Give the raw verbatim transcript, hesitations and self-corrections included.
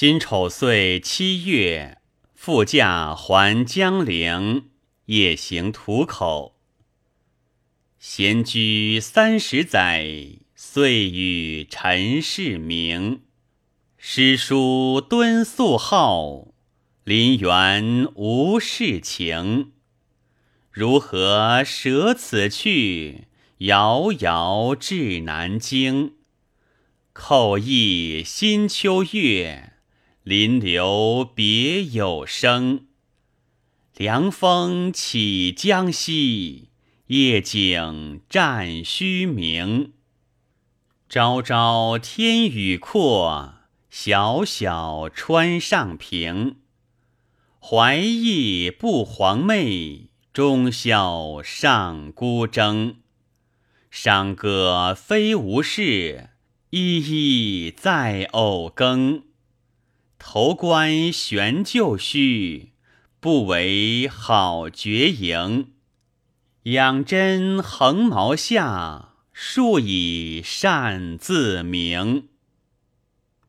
辛丑岁七月，复驾还江陵，夜行土口。闲居三十载，遂与尘世明。诗书敦肃好，林园无事情。如何舍此去，遥遥至南京。叩诣新秋月，临流别有声。凉风起江西，夜景占虚名。朝朝天宇阔，晓晓川上平。怀忆不黄妹，终宵上孤征。伤歌非无事，依依在偶更。头冠悬旧绪，不为好绝营。养针横毛下，数以善自明。